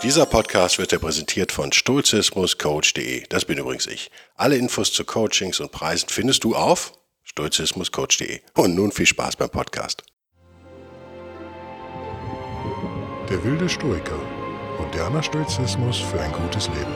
Dieser Podcast wird dir präsentiert von stoizismuscoach.de. Das bin übrigens ich. Alle Infos zu Coachings und Preisen findest du auf stoizismuscoach.de. Und nun viel Spaß beim Podcast. Der wilde Stoiker. Moderner Stoizismus für ein gutes Leben.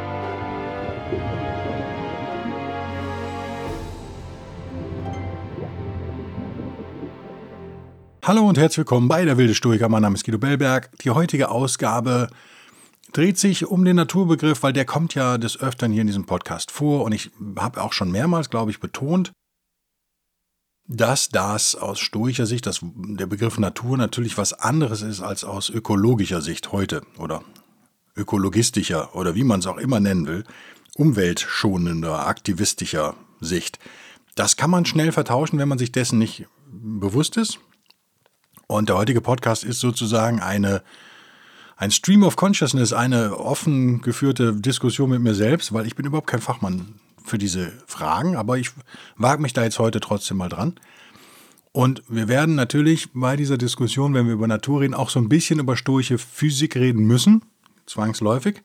Hallo und herzlich willkommen bei der wilde Stoiker. Mein Name ist Guido Bellberg. Die heutige Ausgabe dreht sich um den Naturbegriff, weil der kommt ja des Öfteren hier in diesem Podcast vor. Und ich habe auch schon mehrmals, glaube ich, betont, dass das aus stoischer Sicht, dass der Begriff Natur natürlich was anderes ist als aus ökologischer Sicht heute oder ökologistischer oder wie man es auch immer nennen will, umweltschonender, aktivistischer Sicht. Das kann man schnell vertauschen, wenn man sich dessen nicht bewusst ist. Und der heutige Podcast ist sozusagen ein Stream of Consciousness, eine offen geführte Diskussion mit mir selbst, weil ich bin überhaupt kein Fachmann für diese Fragen, aber ich wage mich da jetzt heute trotzdem mal dran. Und wir werden natürlich bei dieser Diskussion, wenn wir über Natur reden, auch so ein bisschen über stoische Physik reden müssen, zwangsläufig.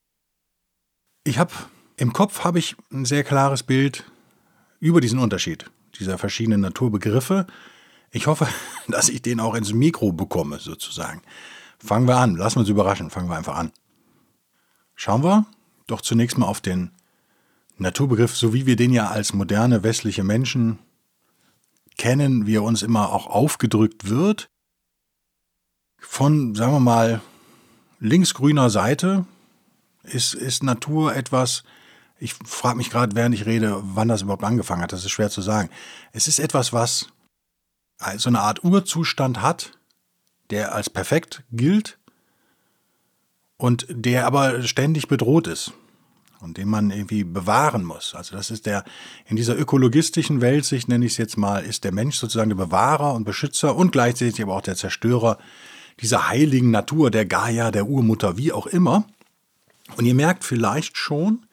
Im Kopf habe ich ein sehr klares Bild über diesen Unterschied dieser verschiedenen Naturbegriffe. Ich hoffe, dass ich den auch ins Mikro bekomme, sozusagen. Fangen wir an, lassen wir uns überraschen, fangen wir einfach an. Schauen wir doch zunächst mal auf den Naturbegriff, so wie wir den ja als moderne westliche Menschen kennen, wie er uns immer auch aufgedrückt wird. Von, sagen wir mal, linksgrüner Seite ist Natur etwas, ich frage mich gerade, während ich rede, wann das überhaupt angefangen hat, das ist schwer zu sagen. Es ist etwas, was so eine Art Urzustand hat, der als perfekt gilt und der aber ständig bedroht ist und den man irgendwie bewahren muss. Also das ist in dieser ökologistischen Weltsicht, nenne ich es jetzt mal, ist der Mensch sozusagen der Bewahrer und Beschützer und gleichzeitig aber auch der Zerstörer dieser heiligen Natur, der Gaia, der Urmutter, wie auch immer. Und ihr merkt vielleicht schon,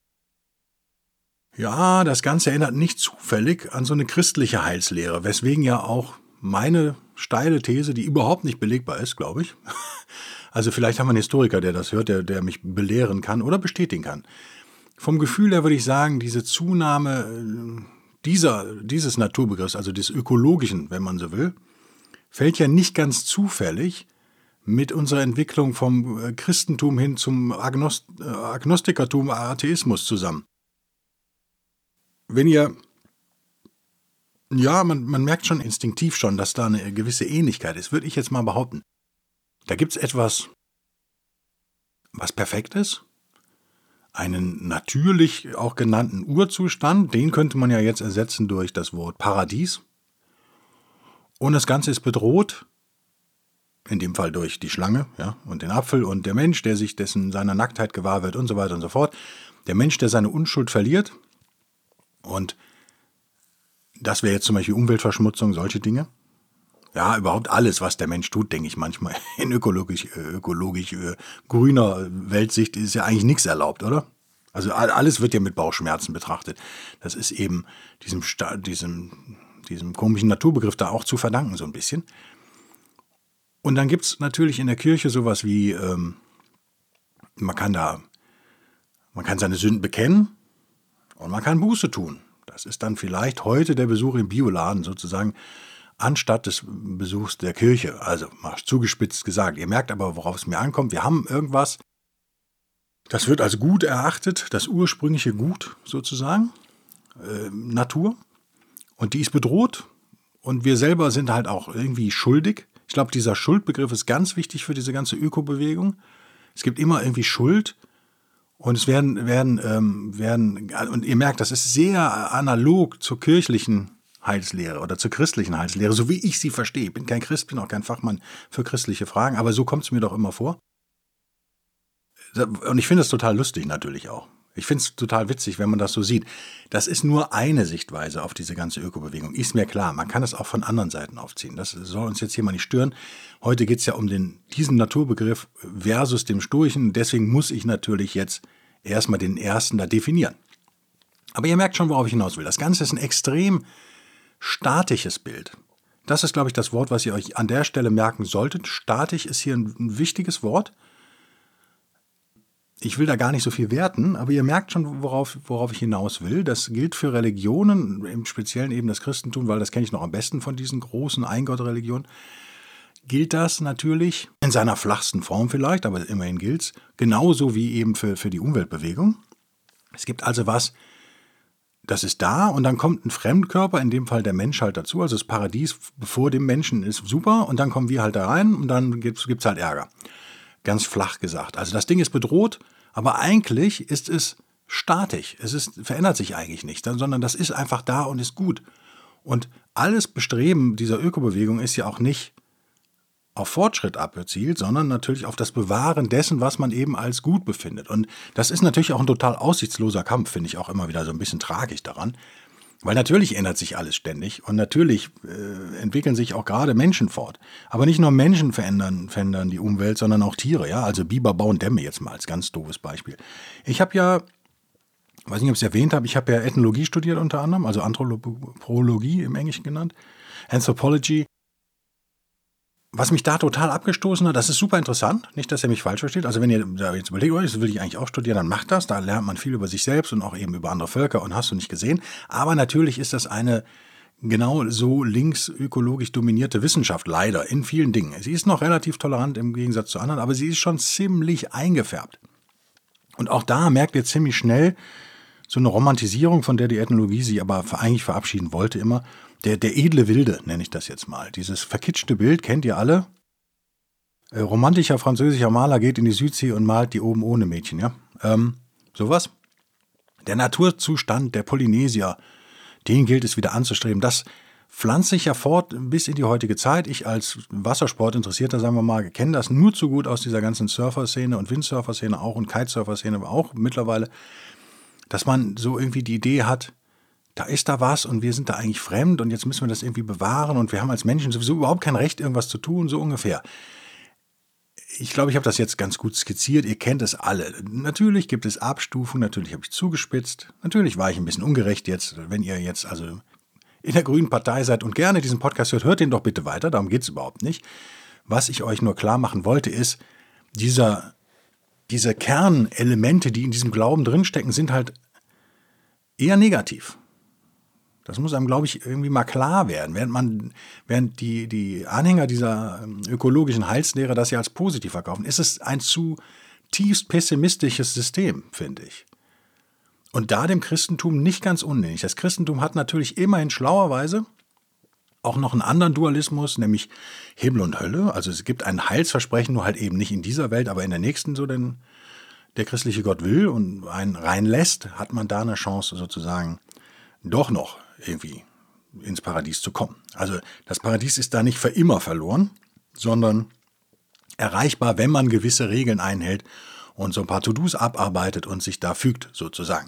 ja, das Ganze erinnert nicht zufällig an so eine christliche Heilslehre, weswegen ja auch meine steile These, die überhaupt nicht belegbar ist, glaube ich. Also vielleicht haben wir einen Historiker, der das hört, der mich belehren kann oder bestätigen kann. Vom Gefühl her würde ich sagen, diese Zunahme dieses Naturbegriffs, also des Ökologischen, wenn man so will, fällt ja nicht ganz zufällig mit unserer Entwicklung vom Christentum hin zum Agnostikertum, Atheismus zusammen. Man merkt schon instinktiv schon, dass da eine gewisse Ähnlichkeit ist, würde ich jetzt mal behaupten. Da gibt es etwas, was perfekt ist, einen natürlich auch genannten Urzustand, den könnte man ja jetzt ersetzen durch das Wort Paradies. Und das Ganze ist bedroht, in dem Fall durch die Schlange, ja, und den Apfel und der Mensch, der sich seiner Nacktheit gewahr wird und so weiter und so fort. Der Mensch, der seine Unschuld verliert. Und das wäre jetzt zum Beispiel Umweltverschmutzung, solche Dinge. Ja, überhaupt alles, was der Mensch tut, denke ich manchmal. In ökologisch grüner Weltsicht ist ja eigentlich nichts erlaubt, oder? Also alles wird ja mit Bauchschmerzen betrachtet. Das ist eben diesem komischen Naturbegriff da auch zu verdanken, so ein bisschen. Und dann gibt es natürlich in der Kirche sowas wie, man kann seine Sünden bekennen und man kann Buße tun. Das ist dann vielleicht heute der Besuch im Bioladen sozusagen anstatt des Besuchs der Kirche. Also mal zugespitzt gesagt. Ihr merkt aber, worauf es mir ankommt. Wir haben irgendwas, das wird als gut erachtet, das ursprüngliche Gut sozusagen, Natur. Und die ist bedroht und wir selber sind halt auch irgendwie schuldig. Ich glaube, dieser Schuldbegriff ist ganz wichtig für diese ganze Ökobewegung. Es gibt immer irgendwie Schuld. Und es werden, und ihr merkt, das ist sehr analog zur kirchlichen Heilslehre oder zur christlichen Heilslehre, so wie ich sie verstehe. Ich bin kein Christ, bin auch kein Fachmann für christliche Fragen, aber so kommt es mir doch immer vor. Und ich finde es total lustig natürlich auch. Ich finde es total witzig, wenn man das so sieht. Das ist nur eine Sichtweise auf diese ganze Ökobewegung. Ist mir klar, man kann es auch von anderen Seiten aufziehen. Das soll uns jetzt hier mal nicht stören. Heute geht es ja um diesen Naturbegriff versus dem Stoischen. Deswegen muss ich natürlich jetzt erstmal den ersten da definieren. Aber ihr merkt schon, worauf ich hinaus will. Das Ganze ist ein extrem statisches Bild. Das ist, glaube ich, das Wort, was ihr euch an der Stelle merken solltet. Statisch ist hier ein wichtiges Wort. Ich will da gar nicht so viel werten, aber ihr merkt schon, worauf ich hinaus will. Das gilt für Religionen, im Speziellen eben das Christentum, weil das kenne ich noch am besten von diesen großen Eingott-Religionen. Gilt das natürlich in seiner flachsten Form vielleicht, aber immerhin gilt's, genauso wie eben für die Umweltbewegung. Es gibt also was, das ist da und dann kommt ein Fremdkörper, in dem Fall der Mensch halt dazu, also das Paradies vor dem Menschen ist super und dann kommen wir halt da rein und dann gibt's halt Ärger. Ganz flach gesagt. Also das Ding ist bedroht, aber eigentlich ist es statisch. Verändert sich eigentlich nicht, sondern das ist einfach da und ist gut. Und alles Bestreben dieser Ökobewegung ist ja auch nicht auf Fortschritt abzielt, sondern natürlich auf das Bewahren dessen, was man eben als gut befindet. Und das ist natürlich auch ein total aussichtsloser Kampf, finde ich auch immer wieder so ein bisschen tragisch daran. Weil natürlich ändert sich alles ständig und natürlich entwickeln sich auch gerade Menschen fort. Aber nicht nur Menschen verändern die Umwelt, sondern auch Tiere. Ja? Also Biber bauen Dämme jetzt mal als ganz doofes Beispiel. Ich habe ja, weiß nicht, ob ich es erwähnt habe, ich habe ja Ethnologie studiert unter anderem, also Anthropologie im Englischen genannt, Anthropology. Was mich da total abgestoßen hat, das ist super interessant, nicht, dass ihr mich falsch versteht. Also wenn ihr da jetzt überlegt, das will ich eigentlich auch studieren, dann macht das. Da lernt man viel über sich selbst und auch eben über andere Völker und hast du nicht gesehen. Aber natürlich ist das eine genau so linksökologisch dominierte Wissenschaft, leider, in vielen Dingen. Sie ist noch relativ tolerant im Gegensatz zu anderen, aber sie ist schon ziemlich eingefärbt. Und auch da merkt ihr ziemlich schnell so eine Romantisierung, von der die Ethnologie sich aber eigentlich verabschieden wollte immer. Der edle Wilde, nenne ich das jetzt mal. Dieses verkitschte Bild kennt ihr alle. Romantischer französischer Maler geht in die Südsee und malt die oben ohne Mädchen, ja. Sowas. Der Naturzustand der Polynesier, den gilt es wieder anzustreben. Das pflanzt sich ja fort bis in die heutige Zeit. Ich als Wassersportinteressierter, sagen wir mal, kenne das nur zu gut aus dieser ganzen Surfer-Szene und Windsurfer-Szene auch und Kitesurfer-Szene auch mittlerweile, dass man so irgendwie die Idee hat, da ist da was und wir sind da eigentlich fremd und jetzt müssen wir das irgendwie bewahren und wir haben als Menschen sowieso überhaupt kein Recht, irgendwas zu tun, so ungefähr. Ich glaube, ich habe das jetzt ganz gut skizziert, ihr kennt es alle. Natürlich gibt es Abstufungen, natürlich habe ich zugespitzt, natürlich war ich ein bisschen ungerecht jetzt. Wenn ihr jetzt also in der Grünen Partei seid und gerne diesen Podcast hört den doch bitte weiter, darum geht es überhaupt nicht. Was ich euch nur klar machen wollte, ist, diese Kernelemente, die in diesem Glauben drinstecken, sind halt eher negativ. Das muss einem, glaube ich, irgendwie mal klar werden, während die Anhänger dieser ökologischen Heilslehre das ja als positiv verkaufen, ist es ein zutiefst pessimistisches System, finde ich. Und da dem Christentum nicht ganz unähnlich. Das Christentum hat natürlich immerhin schlauerweise auch noch einen anderen Dualismus, nämlich Himmel und Hölle. Also es gibt ein Heilsversprechen, nur halt eben nicht in dieser Welt, aber in der nächsten, so denn der christliche Gott will und einen reinlässt, hat man da eine Chance sozusagen doch noch irgendwie ins Paradies zu kommen. Also das Paradies ist da nicht für immer verloren, sondern erreichbar, wenn man gewisse Regeln einhält und so ein paar To-Dos abarbeitet und sich da fügt sozusagen.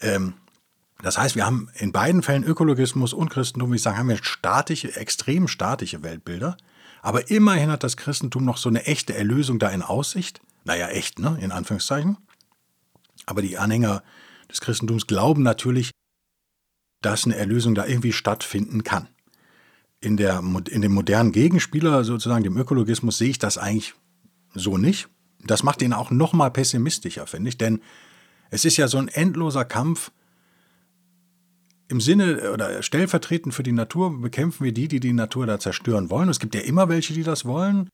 Das heißt, wir haben in beiden Fällen Ökologismus und Christentum, wie ich sage, haben wir extrem statische Weltbilder, aber immerhin hat das Christentum noch so eine echte Erlösung da in Aussicht. Naja, echt, ne? In Anführungszeichen. Aber die Anhänger des Christentums glauben natürlich, dass eine Erlösung da irgendwie stattfinden kann. In dem modernen Gegenspieler, sozusagen dem Ökologismus, sehe ich das eigentlich so nicht. Das macht ihn auch noch mal pessimistischer, finde ich, denn es ist ja so ein endloser Kampf. Im Sinne oder stellvertretend für die Natur bekämpfen wir die Natur da zerstören wollen. Es gibt ja immer welche, die das wollen.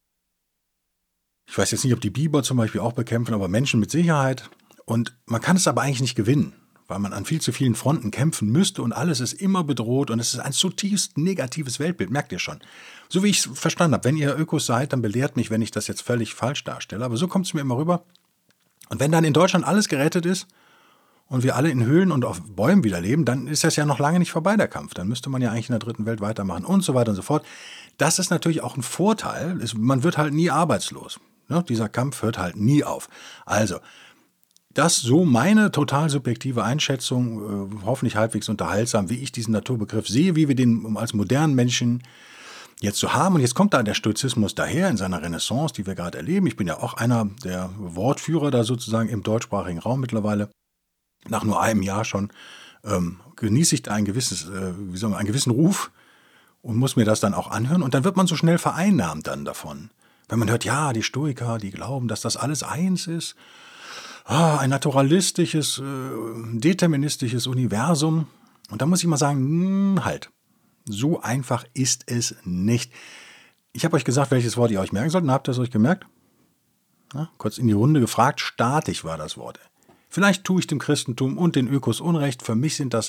Ich weiß jetzt nicht, ob die Biber zum Beispiel auch bekämpfen, aber Menschen mit Sicherheit. Und man kann es aber eigentlich nicht gewinnen, weil man an viel zu vielen Fronten kämpfen müsste und alles ist immer bedroht und es ist ein zutiefst negatives Weltbild, merkt ihr schon. So wie ich es verstanden habe, wenn ihr Ökos seid, dann belehrt mich, wenn ich das jetzt völlig falsch darstelle, aber so kommt es mir immer rüber. Und wenn dann in Deutschland alles gerettet ist und wir alle in Höhlen und auf Bäumen wieder leben, dann ist das ja noch lange nicht vorbei, der Kampf. Dann müsste man ja eigentlich in der dritten Welt weitermachen und so weiter und so fort. Das ist natürlich auch ein Vorteil, man wird halt nie arbeitslos. Ne? Dieser Kampf hört halt nie auf. Also, das so meine total subjektive Einschätzung, hoffentlich halbwegs unterhaltsam, wie ich diesen Naturbegriff sehe, wie wir den als modernen Menschen jetzt so haben. Und jetzt kommt da der Stoizismus daher in seiner Renaissance, die wir gerade erleben. Ich bin ja auch einer der Wortführer da sozusagen im deutschsprachigen Raum mittlerweile. Nach nur einem Jahr schon genieße ich da einen gewissen Ruf und muss mir das dann auch anhören. Und dann wird man so schnell vereinnahmt dann davon. Wenn man hört, ja, die Stoiker, die glauben, dass das alles eins ist. ein naturalistisches, deterministisches Universum. Und da muss ich mal sagen, halt, so einfach ist es nicht. Ich habe euch gesagt, welches Wort ihr euch merken sollt. Habt ihr es euch gemerkt? Na, kurz in die Runde gefragt, statisch war das Wort. Vielleicht tue ich dem Christentum und den Ökos Unrecht. Für mich sind das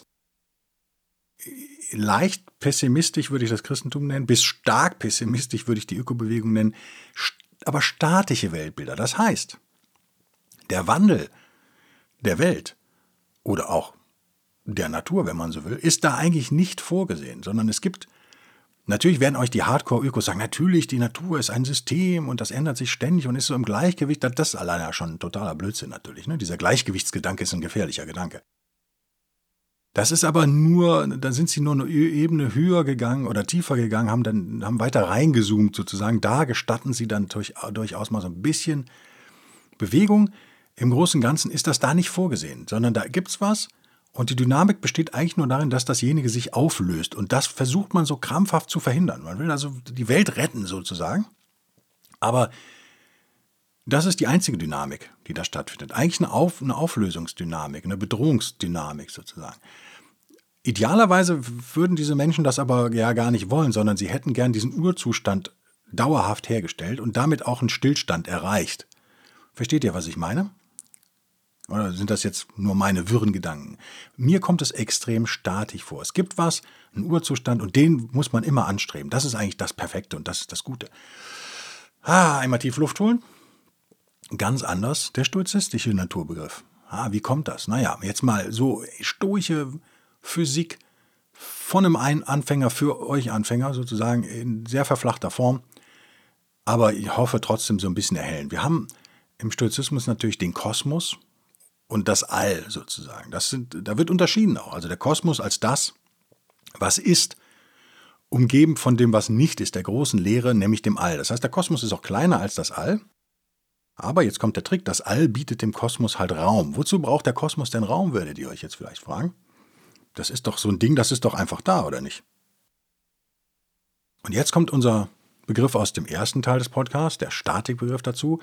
leicht pessimistisch, würde ich das Christentum nennen, bis stark pessimistisch würde ich die Ökobewegung nennen, aber statische Weltbilder. Das heißt, der Wandel der Welt oder auch der Natur, wenn man so will, ist da eigentlich nicht vorgesehen, sondern es gibt, natürlich werden euch die Hardcore-Ökos sagen, natürlich, die Natur ist ein System und das ändert sich ständig und ist so im Gleichgewicht. Das ist allein ja schon ein totaler Blödsinn natürlich. Ne? Dieser Gleichgewichtsgedanke ist ein gefährlicher Gedanke. Das ist aber nur, da sind sie nur eine Ebene höher gegangen oder tiefer gegangen, haben weiter reingezoomt sozusagen. Da gestatten sie dann durchaus mal so ein bisschen Bewegung. Im Großen und Ganzen ist das da nicht vorgesehen, sondern da gibt's was und die Dynamik besteht eigentlich nur darin, dass dasjenige sich auflöst. Und das versucht man so krampfhaft zu verhindern. Man will also die Welt retten sozusagen. Aber das ist die einzige Dynamik, die da stattfindet. Eigentlich eine Auflösungsdynamik, eine Bedrohungsdynamik sozusagen. Idealerweise würden diese Menschen das aber ja gar nicht wollen, sondern sie hätten gern diesen Urzustand dauerhaft hergestellt und damit auch einen Stillstand erreicht. Versteht ihr, was ich meine? Oder sind das jetzt nur meine wirren Gedanken? Mir kommt es extrem statisch vor. Es gibt was, einen Urzustand und den muss man immer anstreben. Das ist eigentlich das Perfekte und das ist das Gute. Einmal tief Luft holen. Ganz anders der stoizistische Naturbegriff. Wie kommt das? Naja, jetzt mal so stoische Physik von einem Anfänger für euch Anfänger sozusagen in sehr verflachter Form. Aber ich hoffe trotzdem so ein bisschen erhellen. Wir haben im Stoizismus natürlich den Kosmos und das All sozusagen. Da wird unterschieden auch. Also der Kosmos als das, was ist, umgeben von dem, was nicht ist, der großen Leere, nämlich dem All. Das heißt, der Kosmos ist auch kleiner als das All. Aber jetzt kommt der Trick, das All bietet dem Kosmos halt Raum. Wozu braucht der Kosmos denn Raum, werdet ihr euch jetzt vielleicht fragen? Das ist doch so ein Ding, das ist doch einfach da, oder nicht? Und jetzt kommt unser Begriff aus dem ersten Teil des Podcasts, der Statikbegriff dazu.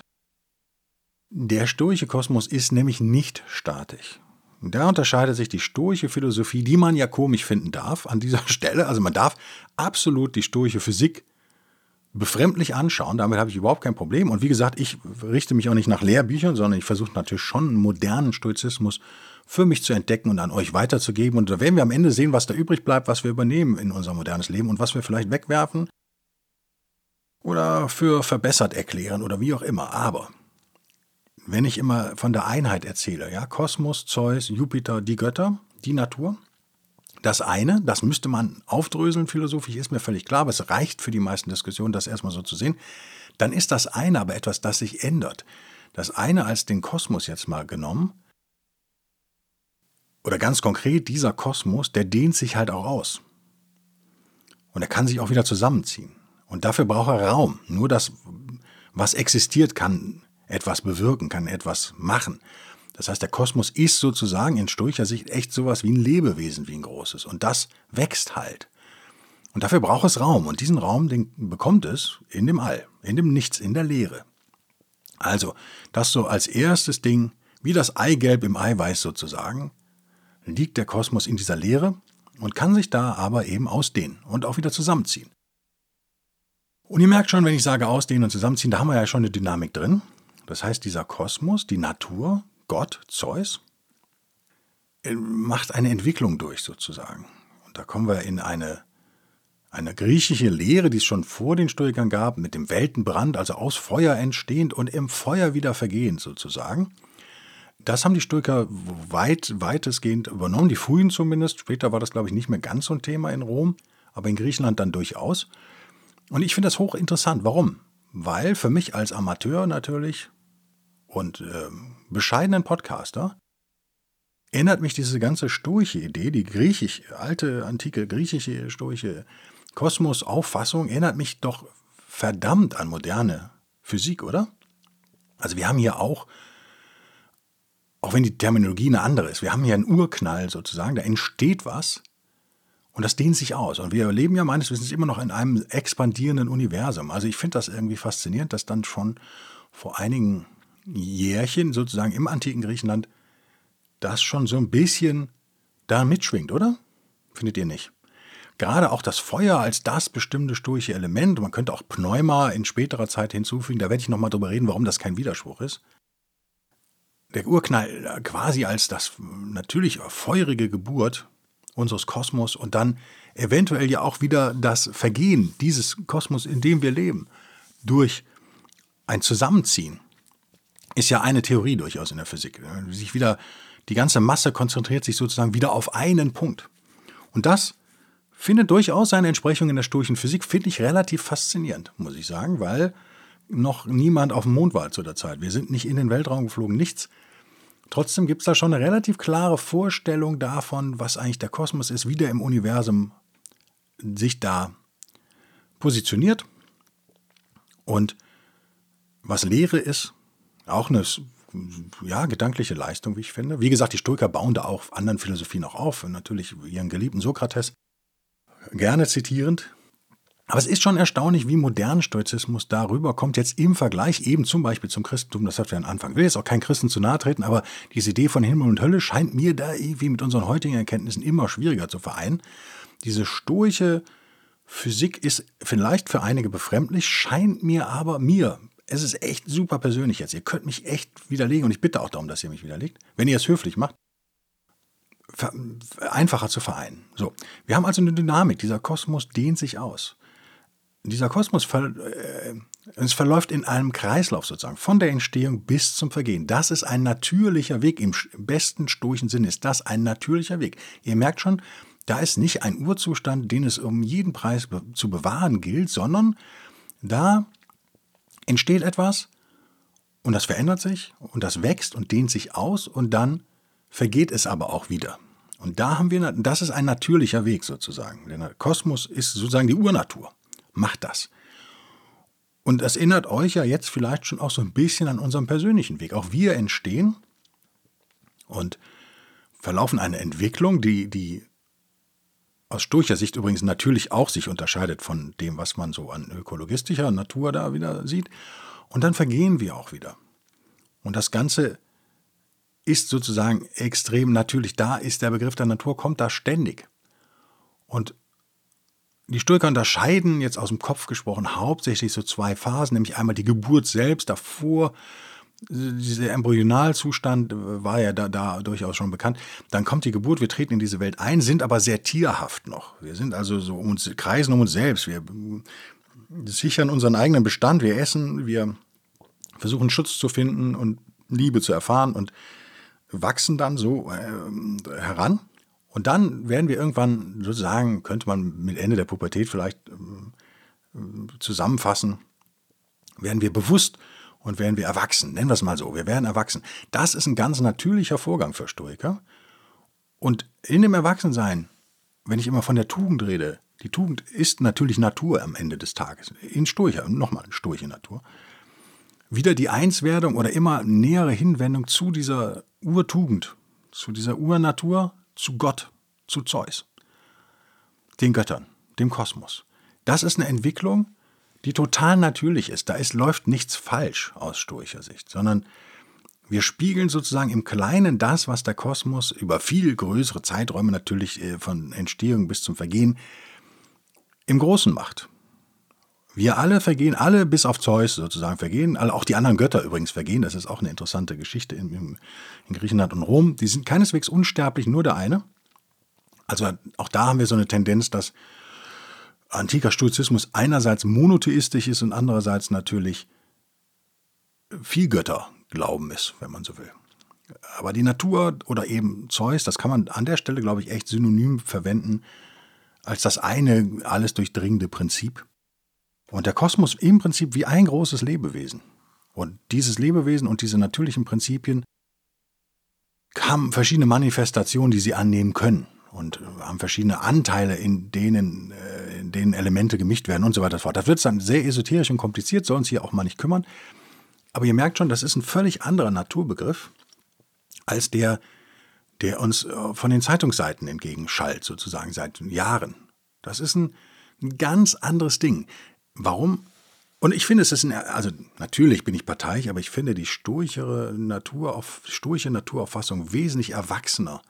Der stoische Kosmos ist nämlich nicht statisch. Da unterscheidet sich die stoische Philosophie, die man ja komisch finden darf, an dieser Stelle. Also man darf absolut die stoische Physik befremdlich anschauen, damit habe ich überhaupt kein Problem. Und wie gesagt, ich richte mich auch nicht nach Lehrbüchern, sondern ich versuche natürlich schon einen modernen Stoizismus für mich zu entdecken und an euch weiterzugeben. Und da werden wir am Ende sehen, was da übrig bleibt, was wir übernehmen in unser modernes Leben und was wir vielleicht wegwerfen oder für verbessert erklären oder wie auch immer. Aber wenn ich immer von der Einheit erzähle, ja, Kosmos, Zeus, Jupiter, die Götter, die Natur, das eine, das müsste man aufdröseln, philosophisch ist mir völlig klar, aber es reicht für die meisten Diskussionen, das erstmal so zu sehen. Dann ist das eine aber etwas, das sich ändert. Das eine als den Kosmos jetzt mal genommen, oder ganz konkret, dieser Kosmos, der dehnt sich halt auch aus. Und er kann sich auch wieder zusammenziehen. Und dafür braucht er Raum. Nur das, was existiert, kann etwas bewirken, kann etwas machen. Das heißt, der Kosmos ist sozusagen in stoischer Sicht echt sowas wie ein Lebewesen, wie ein großes. Und das wächst halt. Und dafür braucht es Raum. Und diesen Raum, den bekommt es in dem All, in dem Nichts, in der Leere. Also, das so als erstes Ding, wie das Eigelb im Eiweiß sozusagen, liegt der Kosmos in dieser Leere und kann sich da aber eben ausdehnen und auch wieder zusammenziehen. Und ihr merkt schon, wenn ich sage ausdehnen und zusammenziehen, da haben wir ja schon eine Dynamik drin. Das heißt, dieser Kosmos, die Natur, Gott, Zeus, macht eine Entwicklung durch sozusagen. Und da kommen wir in eine griechische Lehre, die es schon vor den Stoikern gab, mit dem Weltenbrand, also aus Feuer entstehend und im Feuer wieder vergehend sozusagen. Das haben die Stoiker weitestgehend übernommen, die frühen zumindest. Später war das, glaube ich, nicht mehr ganz so ein Thema in Rom, aber in Griechenland dann durchaus. Und ich finde das hochinteressant. Warum? Weil für mich als Amateur natürlich und bescheidenen Podcaster erinnert mich diese ganze stoische Idee, die alte, antike griechische stoische Kosmos-Auffassung, erinnert mich doch verdammt an moderne Physik, oder? Also wir haben hier auch wenn die Terminologie eine andere ist, wir haben hier einen Urknall sozusagen, da entsteht was und das dehnt sich aus. Und wir leben ja meines Wissens immer noch in einem expandierenden Universum. Also ich finde das irgendwie faszinierend, dass dann schon vor einigen Jährchen sozusagen im antiken Griechenland, das schon so ein bisschen da mitschwingt, oder? Findet ihr nicht? Gerade auch das Feuer als das bestimmte stoische Element, man könnte auch Pneuma in späterer Zeit hinzufügen, da werde ich nochmal drüber reden, warum das kein Widerspruch ist. Der Urknall quasi als das natürlich feurige Geburt unseres Kosmos und dann eventuell ja auch wieder das Vergehen dieses Kosmos, in dem wir leben, durch ein Zusammenziehen, ist ja eine Theorie durchaus in der Physik. Sich wieder, die ganze Masse konzentriert sich sozusagen wieder auf einen Punkt. Und das findet durchaus seine Entsprechung in der stoischen Physik, finde ich relativ faszinierend, muss ich sagen, weil noch niemand auf dem Mond war zu der Zeit. Wir sind nicht in den Weltraum geflogen, nichts. Trotzdem gibt es da schon eine relativ klare Vorstellung davon, was eigentlich der Kosmos ist, wie der im Universum sich da positioniert und was Lehre ist. Auch eine gedankliche Leistung, wie ich finde. Wie gesagt, die Stoiker bauen da auch anderen Philosophien auch auf, natürlich ihren geliebten Sokrates gerne zitierend. Aber es ist schon erstaunlich, wie modern Stoizismus darüber kommt, jetzt im Vergleich eben zum Beispiel zum Christentum, das hat ja am Anfang. Ich will jetzt auch kein Christen zu nahe treten, aber diese Idee von Himmel und Hölle scheint mir da irgendwie mit unseren heutigen Erkenntnissen immer schwieriger zu vereinen. Diese stoische Physik ist vielleicht für einige befremdlich, scheint mir aber es ist echt super persönlich jetzt. Ihr könnt mich echt widerlegen und ich bitte auch darum, dass ihr mich widerlegt, wenn ihr es höflich macht, einfacher zu vereinen. So, wir haben also eine Dynamik, dieser Kosmos dehnt sich aus. Dieser Kosmos es verläuft in einem Kreislauf sozusagen, von der Entstehung bis zum Vergehen. Das ist ein natürlicher Weg, im besten stoischen Sinne ist das ein natürlicher Weg. Ihr merkt schon, da ist nicht ein Urzustand, den es um jeden Preis zu bewahren gilt, sondern da entsteht etwas und das verändert sich und das wächst und dehnt sich aus und dann vergeht es aber auch wieder. Und da haben wir, das ist ein natürlicher Weg sozusagen. Der Kosmos ist sozusagen die Urnatur. Macht das. Und das erinnert euch ja jetzt vielleicht schon auch so ein bisschen an unseren persönlichen Weg. Auch wir entstehen und verlaufen eine Entwicklung, die aus stoischer Sicht übrigens natürlich auch sich unterscheidet von dem, was man so an ökologistischer Natur da wieder sieht. Und dann vergehen wir auch wieder. Und das Ganze ist sozusagen extrem natürlich. Da ist der Begriff der Natur, kommt da ständig. Und die Stoiker unterscheiden, jetzt aus dem Kopf gesprochen, hauptsächlich so zwei Phasen, nämlich einmal die Geburt selbst, davor, dieser Embryonalzustand war ja da durchaus schon bekannt. Dann kommt die Geburt, wir treten in diese Welt ein, sind aber sehr tierhaft noch. Wir sind also so kreisen um uns selbst, wir sichern unseren eigenen Bestand, wir essen, wir versuchen Schutz zu finden und Liebe zu erfahren und wachsen dann so heran. Und dann werden wir irgendwann sozusagen, könnte man mit Ende der Pubertät vielleicht zusammenfassen, werden wir bewusst und werden wir erwachsen. Nennen wir es mal so, wir werden erwachsen. Das ist ein ganz natürlicher Vorgang für Stoiker. Und in dem Erwachsensein, wenn ich immer von der Tugend rede, die Tugend ist natürlich Natur am Ende des Tages. In Stoicher, nochmal stoische Natur. Wieder die Einswerdung oder immer nähere Hinwendung zu dieser Urtugend, zu dieser Urnatur, zu Gott, zu Zeus, den Göttern, dem Kosmos. Das ist eine Entwicklung, die total natürlich ist. Läuft nichts falsch aus stoischer Sicht, sondern wir spiegeln sozusagen im Kleinen das, was der Kosmos über viel größere Zeiträume natürlich von Entstehung bis zum Vergehen im Großen macht. Wir alle vergehen, alle bis auf Zeus sozusagen vergehen, auch die anderen Götter übrigens vergehen, das ist auch eine interessante Geschichte in Griechenland und Rom. Die sind keineswegs unsterblich, nur der eine. Also auch da haben wir so eine Tendenz, dass antiker Stoizismus einerseits monotheistisch ist und andererseits natürlich viel Götterglauben ist, wenn man so will. Aber die Natur oder eben Zeus, das kann man an der Stelle, glaube ich, echt synonym verwenden als das eine alles durchdringende Prinzip. Und der Kosmos im Prinzip wie ein großes Lebewesen. Und dieses Lebewesen und diese natürlichen Prinzipien haben verschiedene Manifestationen, die sie annehmen können. Und haben verschiedene Anteile, in denen Elemente gemischt werden und so weiter und so fort. Das wird dann sehr esoterisch und kompliziert, soll uns hier auch mal nicht kümmern. Aber ihr merkt schon, das ist ein völlig anderer Naturbegriff als der uns von den Zeitungsseiten entgegenschallt, sozusagen seit Jahren. Das ist ein ganz anderes Ding. Warum? Und ich finde, also natürlich bin ich parteiisch, aber ich finde die stoische Naturauffassung wesentlich erwachsener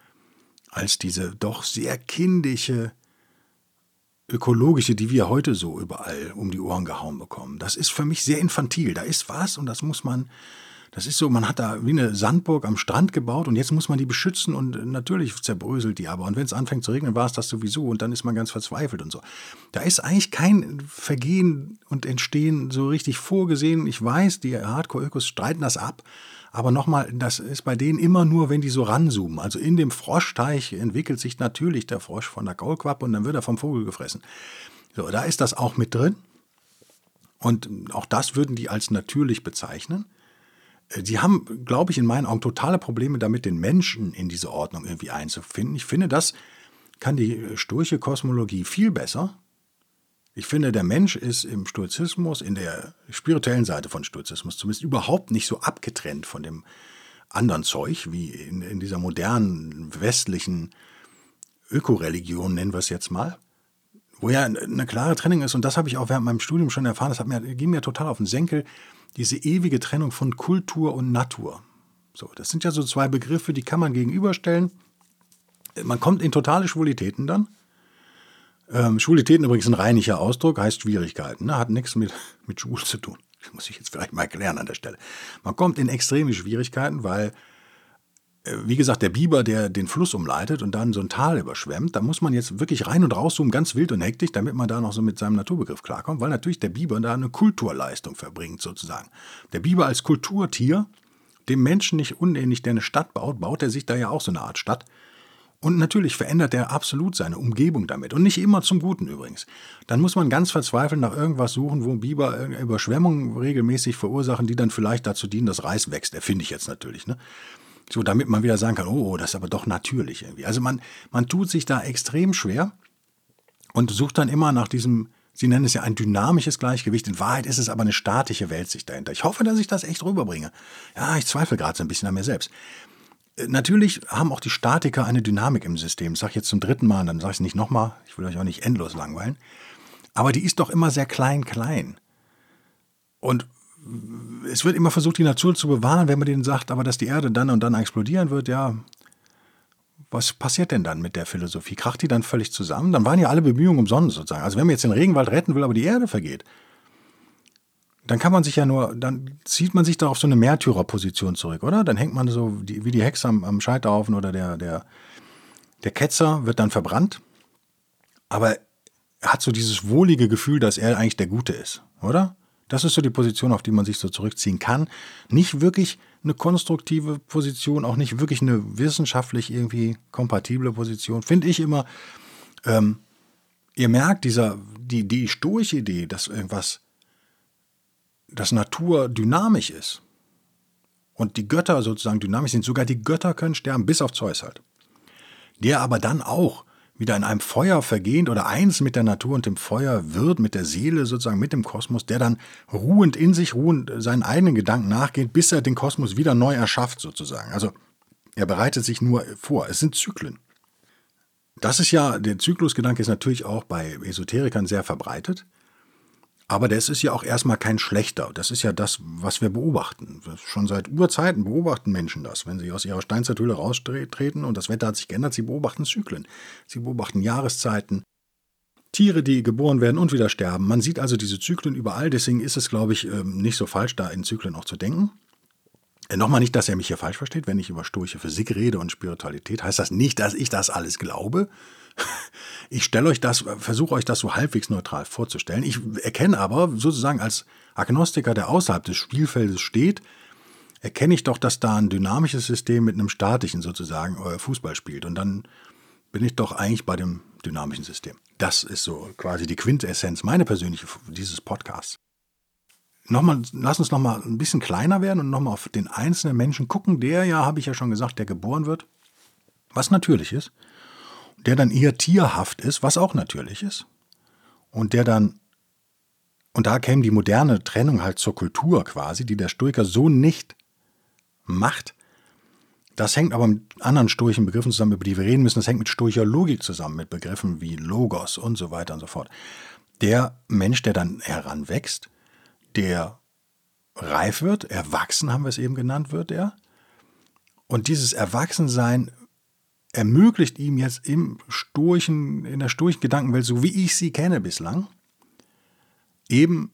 als diese doch sehr kindische, ökologische, die wir heute so überall um die Ohren gehauen bekommen. Das ist für mich sehr infantil. Da ist was und das ist so, man hat da wie eine Sandburg am Strand gebaut und jetzt muss man die beschützen und natürlich zerbröselt die aber. Und wenn es anfängt zu regnen, war es das sowieso und dann ist man ganz verzweifelt und so. Da ist eigentlich kein Vergehen und Entstehen so richtig vorgesehen. Ich weiß, die Hardcore-Ökos streiten das ab, aber nochmal, das ist bei denen immer nur, wenn die so ranzoomen. Also in dem Froschteich entwickelt sich natürlich der Frosch von der Kaulquappe und dann wird er vom Vogel gefressen. So, da ist das auch mit drin und auch das würden die als natürlich bezeichnen. Die haben, glaube ich, in meinen Augen totale Probleme damit, den Menschen in diese Ordnung irgendwie einzufinden. Ich finde, das kann die stoische Kosmologie viel besser. Ich finde, der Mensch ist im Stoizismus, in der spirituellen Seite von Stoizismus zumindest überhaupt nicht so abgetrennt von dem anderen Zeug, wie in dieser modernen westlichen Ökoreligion, nennen wir es jetzt mal, wo ja eine klare Trennung ist. Und das habe ich auch während meinem Studium schon erfahren. Das ging mir total auf den Senkel. Diese ewige Trennung von Kultur und Natur. So, das sind ja so zwei Begriffe, die kann man gegenüberstellen. Man kommt in totale Schwulitäten dann. Schwulitäten übrigens ein rheinischer Ausdruck, heißt Schwierigkeiten, ne? Hat nichts mit schwul zu tun. Das muss ich jetzt vielleicht mal erklären an der Stelle. Man kommt in extreme Schwierigkeiten, weil, wie gesagt, der Biber, der den Fluss umleitet und dann so ein Tal überschwemmt, da muss man jetzt wirklich rein und rauszoomen, ganz wild und hektisch, damit man da noch so mit seinem Naturbegriff klarkommt, weil natürlich der Biber da eine Kulturleistung verbringt sozusagen. Der Biber als Kulturtier, dem Menschen nicht unähnlich, der eine Stadt baut er sich da ja auch so eine Art Stadt. Und natürlich verändert er absolut seine Umgebung damit. Und nicht immer zum Guten übrigens. Dann muss man ganz verzweifelt nach irgendwas suchen, wo Biber Überschwemmungen regelmäßig verursachen, die dann vielleicht dazu dienen, dass Reis wächst. Erfinde ich jetzt natürlich, ne? So, damit man wieder sagen kann, oh, das ist aber doch natürlich irgendwie. Also man tut sich da extrem schwer und sucht dann immer nach diesem, Sie nennen es ja ein dynamisches Gleichgewicht. In Wahrheit ist es aber eine statische Weltsicht dahinter. Ich hoffe, dass ich das echt rüberbringe. Ja, ich zweifle gerade so ein bisschen an mir selbst. Natürlich haben auch die Statiker eine Dynamik im System. Das sage ich jetzt zum 3. Mal, dann sage ich es nicht nochmal. Ich will euch auch nicht endlos langweilen. Aber die ist doch immer sehr klein. Und es wird immer versucht, die Natur zu bewahren, wenn man denen sagt, aber dass die Erde dann und dann explodieren wird, ja, was passiert denn dann mit der Philosophie? Kracht die dann völlig zusammen? Dann waren ja alle Bemühungen umsonst sozusagen. Also wenn man jetzt den Regenwald retten will, aber die Erde vergeht, dann kann man sich ja nur, dann zieht man sich doch auf so eine Märtyrerposition zurück, oder? Dann hängt man so wie die Hexe am Scheiterhaufen oder der Ketzer wird dann verbrannt. Aber er hat so dieses wohlige Gefühl, dass er eigentlich der Gute ist, oder? Das ist so die Position, auf die man sich so zurückziehen kann. Nicht wirklich eine konstruktive Position, auch nicht wirklich eine wissenschaftlich irgendwie kompatible Position. Finde ich immer, ihr merkt, die stoische Idee, dass Natur dynamisch ist und die Götter sozusagen dynamisch sind, sogar die Götter können sterben, bis auf Zeus halt. Der aber dann auch wieder in einem Feuer vergehend oder eins mit der Natur und dem Feuer wird, mit der Seele sozusagen, mit dem Kosmos, der dann ruhend seinen eigenen Gedanken nachgeht, bis er den Kosmos wieder neu erschafft sozusagen. Also er bereitet sich nur vor. Es sind Zyklen. Das ist ja, der Zyklusgedanke ist natürlich auch bei Esoterikern sehr verbreitet. Aber das ist ja auch erstmal kein schlechter. Das ist ja das, was wir beobachten. Schon seit Urzeiten beobachten Menschen das. Wenn sie aus ihrer Steinzeithöhle raustreten und das Wetter hat sich geändert, sie beobachten Zyklen. Sie beobachten Jahreszeiten, Tiere, die geboren werden und wieder sterben. Man sieht also diese Zyklen überall. Deswegen ist es, glaube ich, nicht so falsch, da in Zyklen auch zu denken. Nochmal nicht, dass er mich hier falsch versteht. Wenn ich über stoische Physik rede und Spiritualität, heißt das nicht, dass ich das alles glaube. Ich versuche euch das so halbwegs neutral vorzustellen. Ich erkenne aber sozusagen als Agnostiker, der außerhalb des Spielfeldes steht, erkenne ich doch, dass da ein dynamisches System mit einem statischen sozusagen Fußball spielt. Und dann bin ich doch eigentlich bei dem dynamischen System. Das ist so quasi die Quintessenz, meine persönliche, dieses Podcasts. Lass uns nochmal ein bisschen kleiner werden und nochmal auf den einzelnen Menschen gucken, der ja, habe ich ja schon gesagt, der geboren wird, was natürlich ist. Der dann eher tierhaft ist, was auch natürlich ist. Und da käme die moderne Trennung halt zur Kultur quasi, die der Stoiker so nicht macht. Das hängt aber mit anderen stoischen Begriffen zusammen, über die wir reden müssen. Das hängt mit stoischer Logik zusammen, mit Begriffen wie Logos und so weiter und so fort. Der Mensch, der dann heranwächst, der reif wird, erwachsen haben wir es eben genannt, wird er. Und dieses Erwachsensein ermöglicht ihm jetzt in der sturchen Gedankenwelt, so wie ich sie kenne bislang, eben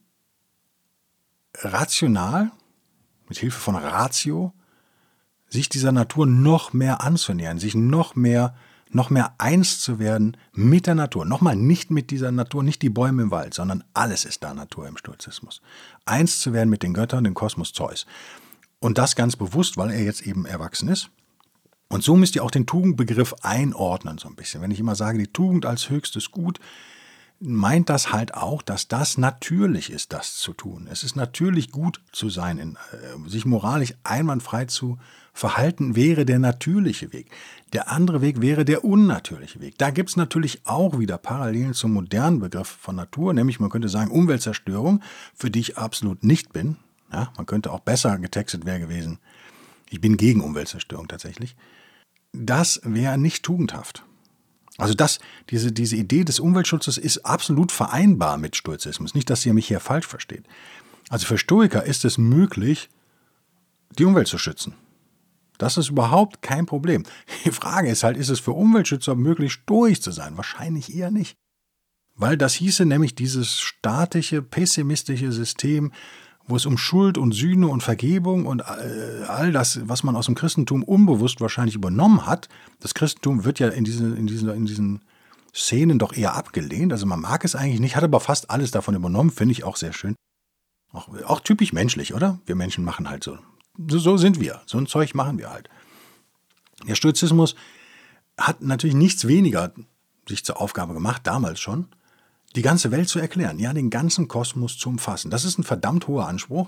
rational, mit Hilfe von Ratio, sich dieser Natur noch mehr anzunähern, sich noch mehr eins zu werden mit der Natur. Nochmal, nicht mit dieser Natur, nicht die Bäume im Wald, sondern alles ist da Natur im Stoizismus. Eins zu werden mit den Göttern, dem Kosmos Zeus. Und das ganz bewusst, weil er jetzt eben erwachsen ist. Und so müsst ihr auch den Tugendbegriff einordnen so ein bisschen. Wenn ich immer sage, die Tugend als höchstes Gut, meint das halt auch, dass das natürlich ist, das zu tun. Es ist natürlich gut zu sein, sich moralisch einwandfrei zu verhalten, wäre der natürliche Weg. Der andere Weg wäre der unnatürliche Weg. Da gibt es natürlich auch wieder Parallelen zum modernen Begriff von Natur, nämlich man könnte sagen Umweltzerstörung, für die ich absolut nicht bin. Ja, man könnte auch besser getextet wäre gewesen. Ich bin gegen Umweltzerstörung tatsächlich. Das wäre nicht tugendhaft. Also diese Idee des Umweltschutzes ist absolut vereinbar mit Stoizismus. Nicht, dass ihr mich hier falsch versteht. Also für Stoiker ist es möglich, die Umwelt zu schützen. Das ist überhaupt kein Problem. Die Frage ist halt, ist es für Umweltschützer möglich, stoisch zu sein? Wahrscheinlich eher nicht. Weil das hieße nämlich dieses statische, pessimistische System, wo es um Schuld und Sühne und Vergebung und all das, was man aus dem Christentum unbewusst wahrscheinlich übernommen hat. Das Christentum wird ja in diesen Szenen doch eher abgelehnt. Also man mag es eigentlich nicht, hat aber fast alles davon übernommen, finde ich auch sehr schön. Auch typisch menschlich, oder? Wir Menschen machen halt so. So sind wir. So ein Zeug machen wir halt. Der Stoizismus hat natürlich nichts weniger sich zur Aufgabe gemacht, damals schon, die ganze Welt zu erklären, ja, den ganzen Kosmos zu umfassen. Das ist ein verdammt hoher Anspruch,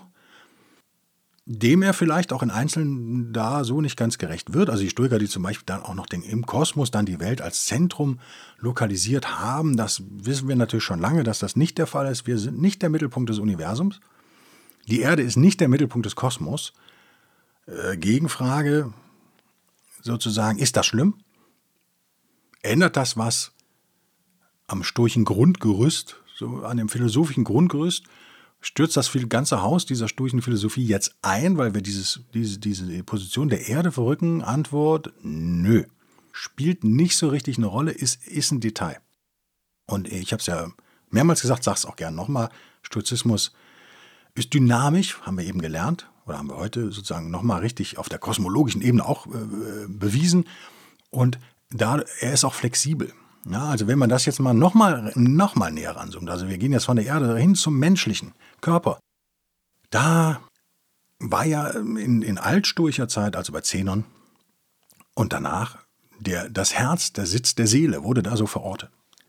dem er vielleicht auch in Einzelnen da so nicht ganz gerecht wird. Also die Stoiker, die zum Beispiel dann auch noch im Kosmos dann die Welt als Zentrum lokalisiert haben, das wissen wir natürlich schon lange, dass das nicht der Fall ist. Wir sind nicht der Mittelpunkt des Universums. Die Erde ist nicht der Mittelpunkt des Kosmos. Gegenfrage sozusagen, ist das schlimm? Ändert das was am stoischen Grundgerüst, so an dem philosophischen Grundgerüst? Stürzt das ganze Haus dieser stoischen Philosophie jetzt ein, weil wir diese Position der Erde verrücken? Antwort, nö. Spielt nicht so richtig eine Rolle, ist ein Detail. Und ich habe es ja mehrmals gesagt, sage es auch gerne nochmal, Stoizismus ist dynamisch, haben wir eben gelernt, oder haben wir heute sozusagen nochmal richtig auf der kosmologischen Ebene auch bewiesen. Und er ist auch flexibel. Ja, also wenn man das jetzt mal nochmal näher ranzoomt, also wir gehen jetzt von der Erde hin zum menschlichen Körper, da war ja in altstoischer Zeit, also bei Zenon und danach, das Herz, der Sitz der Seele, wurde da so verortet.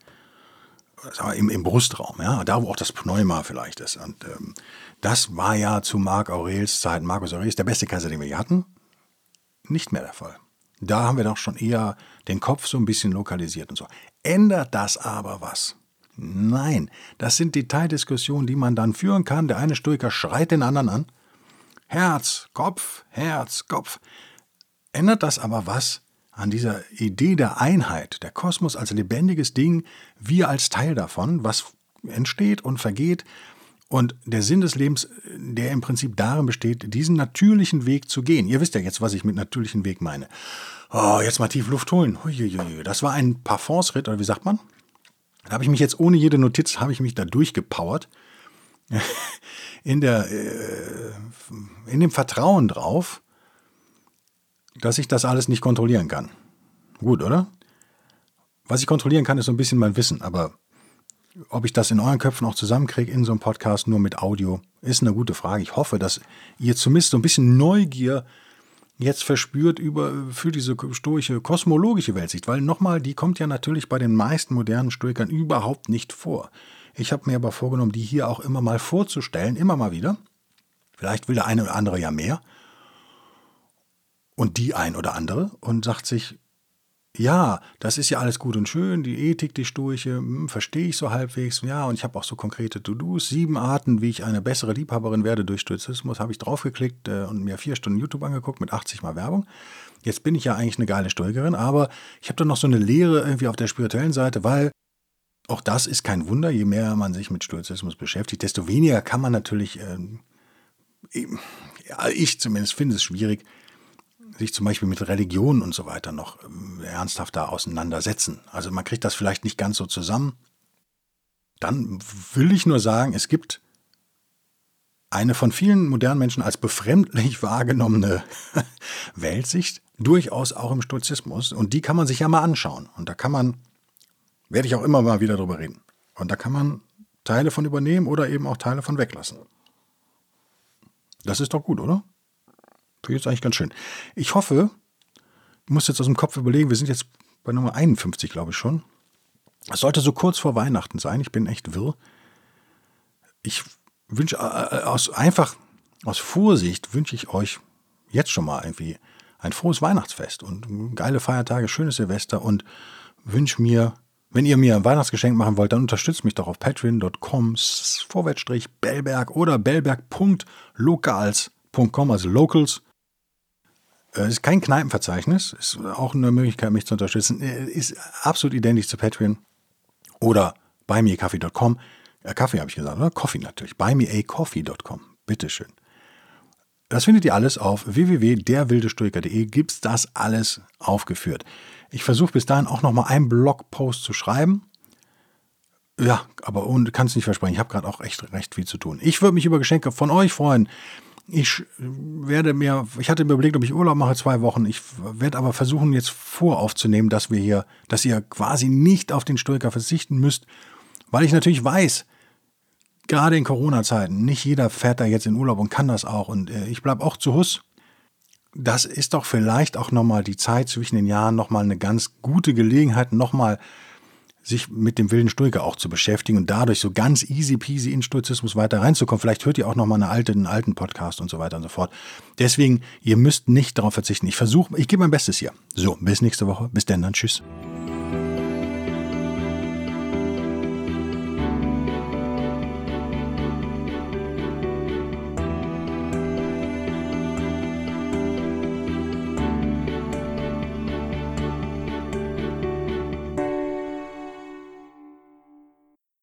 Im Brustraum, ja, da wo auch das Pneuma vielleicht ist. Und das war ja zu Marcus Aurelius Zeiten, Marcus Aurelius, der beste Kaiser, den wir hatten, nicht mehr der Fall. Da haben wir doch schon eher den Kopf so ein bisschen lokalisiert und so. Ändert das aber was? Nein, das sind Detaildiskussionen, die man dann führen kann. Der eine Stoiker schreit den anderen an. Herz, Kopf, Herz, Kopf. Ändert das aber was an dieser Idee der Einheit, der Kosmos als lebendiges Ding, wir als Teil davon, was entsteht und vergeht und der Sinn des Lebens, der im Prinzip darin besteht, diesen natürlichen Weg zu gehen. Ihr wisst ja jetzt, was ich mit natürlichen Weg meine. Oh, jetzt mal tief Luft holen. Das war ein Parfumsritt, oder wie sagt man? Da habe ich mich jetzt ohne jede Notiz, da durchgepowert. In dem Vertrauen drauf, dass ich das alles nicht kontrollieren kann. Gut, oder? Was ich kontrollieren kann, ist so ein bisschen mein Wissen, aber ob ich das in euren Köpfen auch zusammenkriege in so einem Podcast nur mit Audio, ist eine gute Frage. Ich hoffe, dass ihr zumindest so ein bisschen Neugier jetzt verspürt für diese stoische, kosmologische Weltsicht, weil nochmal, die kommt ja natürlich bei den meisten modernen Stoikern überhaupt nicht vor. Ich habe mir aber vorgenommen, die hier auch immer mal vorzustellen, immer mal wieder. Vielleicht will der eine oder andere ja mehr. Und die ein oder andere und sagt sich, ja, das ist ja alles gut und schön, die Ethik, die Stoische, verstehe ich so halbwegs, ja, und ich habe auch so konkrete To-Dos, 7 Arten, wie ich eine bessere Liebhaberin werde durch Stoizismus, habe ich draufgeklickt und mir 4 Stunden YouTube angeguckt mit 80 Mal Werbung. Jetzt bin ich ja eigentlich eine geile Stoikerin, aber ich habe dann noch so eine Lehre irgendwie auf der spirituellen Seite, weil Auch das ist kein Wunder, je mehr man sich mit Stoizismus beschäftigt, desto weniger kann man natürlich, ich zumindest finde es schwierig, sich zum Beispiel mit Religion und so weiter noch ernsthafter auseinandersetzen. Also man kriegt das vielleicht nicht ganz so zusammen. Dann will ich nur sagen, es gibt eine von vielen modernen Menschen als befremdlich wahrgenommene Weltsicht, durchaus auch im Stoizismus. Und die kann man sich ja mal anschauen. Und da werde ich auch immer mal wieder drüber reden. Und da kann man Teile von übernehmen oder eben auch Teile von weglassen. Das ist doch gut, oder? Finde ich jetzt eigentlich ganz schön. Ich hoffe, ich muss jetzt aus dem Kopf überlegen, wir sind jetzt bei Nummer 51, glaube ich schon. Es sollte so kurz vor Weihnachten sein. Ich bin echt wirr. Ich wünsche aus Vorsicht wünsche ich euch jetzt schon mal irgendwie ein frohes Weihnachtsfest und geile Feiertage, schönes Silvester und wünsche mir, wenn ihr mir ein Weihnachtsgeschenk machen wollt, dann unterstützt mich doch auf patreon.com/Bellberg oder bellberg.locals.com, also Locals. Es ist kein Kneipenverzeichnis, ist auch eine Möglichkeit, mich zu unterstützen. Ist absolut identisch zu Patreon. Oder buymeacoffee.com. Kaffee habe ich gesagt, oder? Coffee natürlich. buymeacoffee.com. Bitteschön. Das findet ihr alles auf www.derwildestoiker.de. Gibt's das alles aufgeführt. Ich versuche bis dahin auch nochmal einen Blogpost zu schreiben. Ja, aber kann es nicht versprechen. Ich habe gerade auch echt recht viel zu tun. Ich würde mich über Geschenke von euch freuen. Ich hatte mir überlegt, ob ich Urlaub mache 2 Wochen. Ich werde aber versuchen, jetzt voraufzunehmen, dass ihr quasi nicht auf den Stoiker verzichten müsst, weil ich natürlich weiß, gerade in Corona-Zeiten, nicht jeder fährt da jetzt in Urlaub und kann das auch. Und ich bleibe auch zu Hus. Das ist doch vielleicht auch nochmal die Zeit zwischen den Jahren, nochmal eine ganz gute Gelegenheit, nochmal sich mit dem wilden Stoiker auch zu beschäftigen und dadurch so ganz easy peasy in Stoizismus weiter reinzukommen. Vielleicht hört ihr auch nochmal einen alten Podcast und so weiter und so fort. Deswegen, ihr müsst nicht darauf verzichten. Ich gebe mein Bestes hier. So, bis nächste Woche. Bis dann, tschüss.